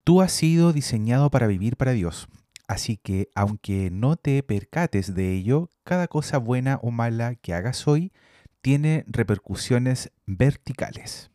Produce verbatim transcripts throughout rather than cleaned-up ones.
Tú has sido diseñado para vivir para Dios. Así que, aunque no te percates de ello, cada cosa buena o mala que hagas hoy tiene repercusiones verticales.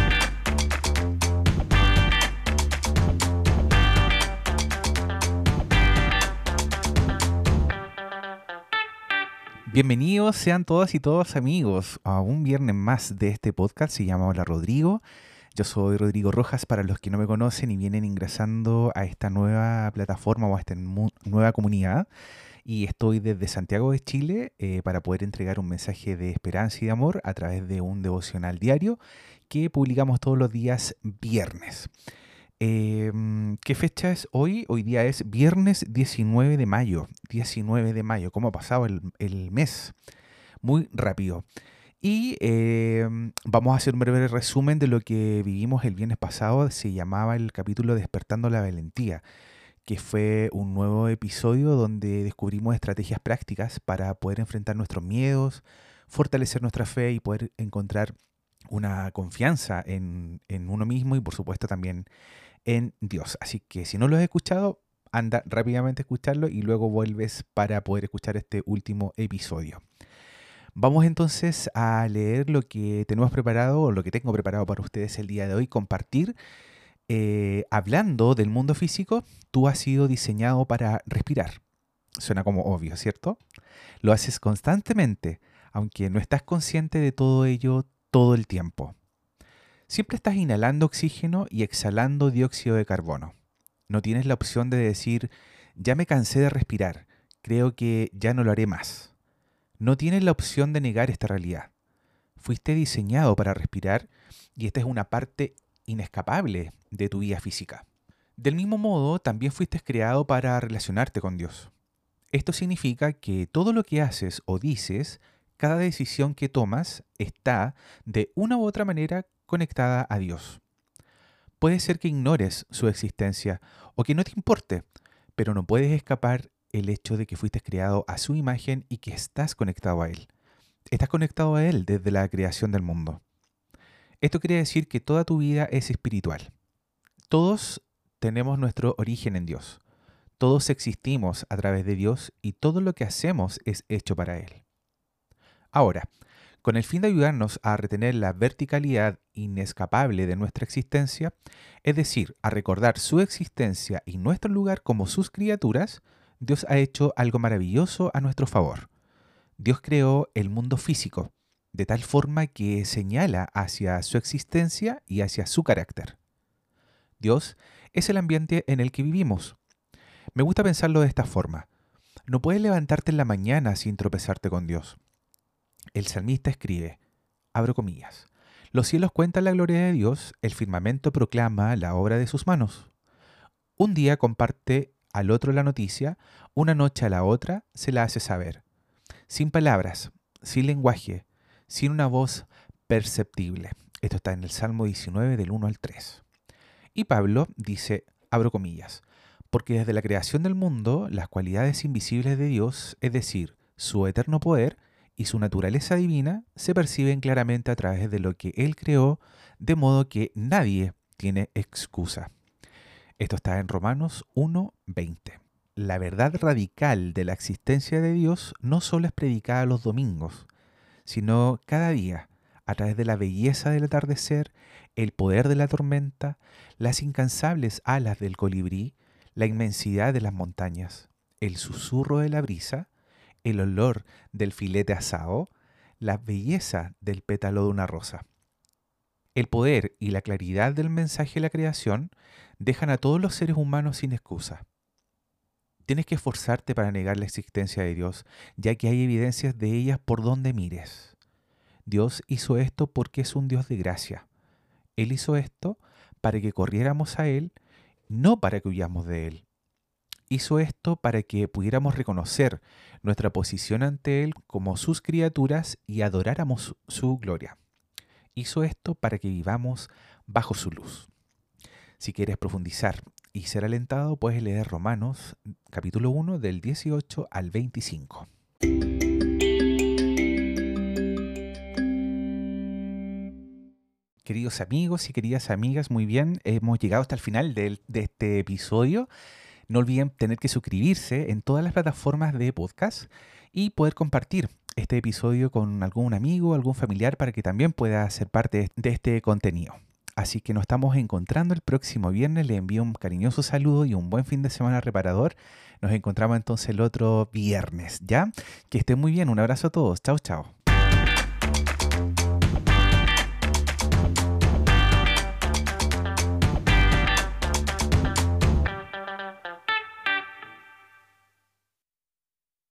Bienvenidos sean todas y todos amigos a un viernes más de este podcast. Se llama Hola Rodrigo. Yo soy Rodrigo Rojas para los que no me conocen y vienen ingresando a esta nueva plataforma o a esta mu- nueva comunidad. Y estoy desde Santiago de Chile eh, para poder entregar un mensaje de esperanza y de amor a través de un devocional diario que publicamos todos los días viernes. Eh, ¿Qué fecha es hoy? Hoy día es viernes diecinueve de mayo. diecinueve de mayo. ¿Cómo ha pasado el, el mes? Muy rápido. Y eh, vamos a hacer un breve resumen de lo que vivimos el viernes pasado. Se llamaba el capítulo Despertando la Valentía, que fue un nuevo episodio donde descubrimos estrategias prácticas para poder enfrentar nuestros miedos, fortalecer nuestra fe y poder encontrar una confianza en, en uno mismo y por supuesto también en Dios. Así que si no lo has escuchado, anda rápidamente a escucharlo y luego vuelves para poder escuchar este último episodio. Vamos entonces a leer lo que tenemos preparado o lo que tengo preparado para ustedes el día de hoy, compartir. Eh, hablando del mundo físico, tú has sido diseñado para respirar. Suena como obvio, ¿cierto? Lo haces constantemente, aunque no estás consciente de todo ello todo el tiempo. Siempre estás inhalando oxígeno y exhalando dióxido de carbono. No tienes la opción de decir, ya me cansé de respirar, creo que ya no lo haré más. No tienes la opción de negar esta realidad. Fuiste diseñado para respirar y esta es una parte inescapable de tu vida física. Del mismo modo, también fuiste creado para relacionarte con Dios. Esto significa que todo lo que haces o dices, cada decisión que tomas, está de una u otra manera conectada a Dios. Puede ser que ignores su existencia o que no te importe, pero no puedes escapar el hecho de que fuiste creado a su imagen y que estás conectado a Él. Estás conectado a Él desde la creación del mundo. Esto quiere decir que toda tu vida es espiritual. Todos tenemos nuestro origen en Dios. Todos existimos a través de Dios y todo lo que hacemos es hecho para Él. Ahora, con el fin de ayudarnos a retener la verticalidad inescapable de nuestra existencia, es decir, a recordar su existencia y nuestro lugar como sus criaturas, Dios ha hecho algo maravilloso a nuestro favor. Dios creó el mundo físico, de tal forma que señala hacia su existencia y hacia su carácter. Dios es el ambiente en el que vivimos. Me gusta pensarlo de esta forma. No puedes levantarte en la mañana sin tropezarte con Dios. El salmista escribe, abro comillas, los cielos cuentan la gloria de Dios, el firmamento proclama la obra de sus manos. Un día comparte al otro la noticia, una noche a la otra se la hace saber. Sin palabras, sin lenguaje, sin una voz perceptible. Esto está en el Salmo diecinueve del uno al tres. Y Pablo dice, abro comillas, porque desde la creación del mundo, las cualidades invisibles de Dios, es decir, su eterno poder y su naturaleza divina, se perciben claramente a través de lo que Él creó, de modo que nadie tiene excusa. Esto está en Romanos uno veinte. La verdad radical de la existencia de Dios no solo es predicada los domingos, sino cada día, a través de la belleza del atardecer, el poder de la tormenta, las incansables alas del colibrí, la inmensidad de las montañas, el susurro de la brisa, el olor del filete asado, la belleza del pétalo de una rosa. El poder y la claridad del mensaje de la creación dejan a todos los seres humanos sin excusa. Tienes que esforzarte para negar la existencia de Dios, ya que hay evidencias de ellas por donde mires. Dios hizo esto porque es un Dios de gracia. Él hizo esto para que corriéramos a Él, no para que huyamos de Él. Hizo esto para que pudiéramos reconocer nuestra posición ante Él como sus criaturas y adoráramos su gloria. Hizo esto para que vivamos bajo su luz. Si quieres profundizar y ser alentado, puedes leer Romanos capítulo uno del dieciocho al veinticinco. Queridos amigos y queridas amigas, muy bien, hemos llegado hasta el final del- de este episodio. No olviden tener que suscribirse en todas las plataformas de podcast y poder compartir este episodio con algún amigo, algún familiar para que también pueda ser parte de este contenido. Así que nos estamos encontrando el próximo viernes. Les envío un cariñoso saludo y un buen fin de semana reparador. Nos encontramos entonces el otro viernes, ¿ya? Que estén muy bien. Un abrazo a todos. Chao, chao.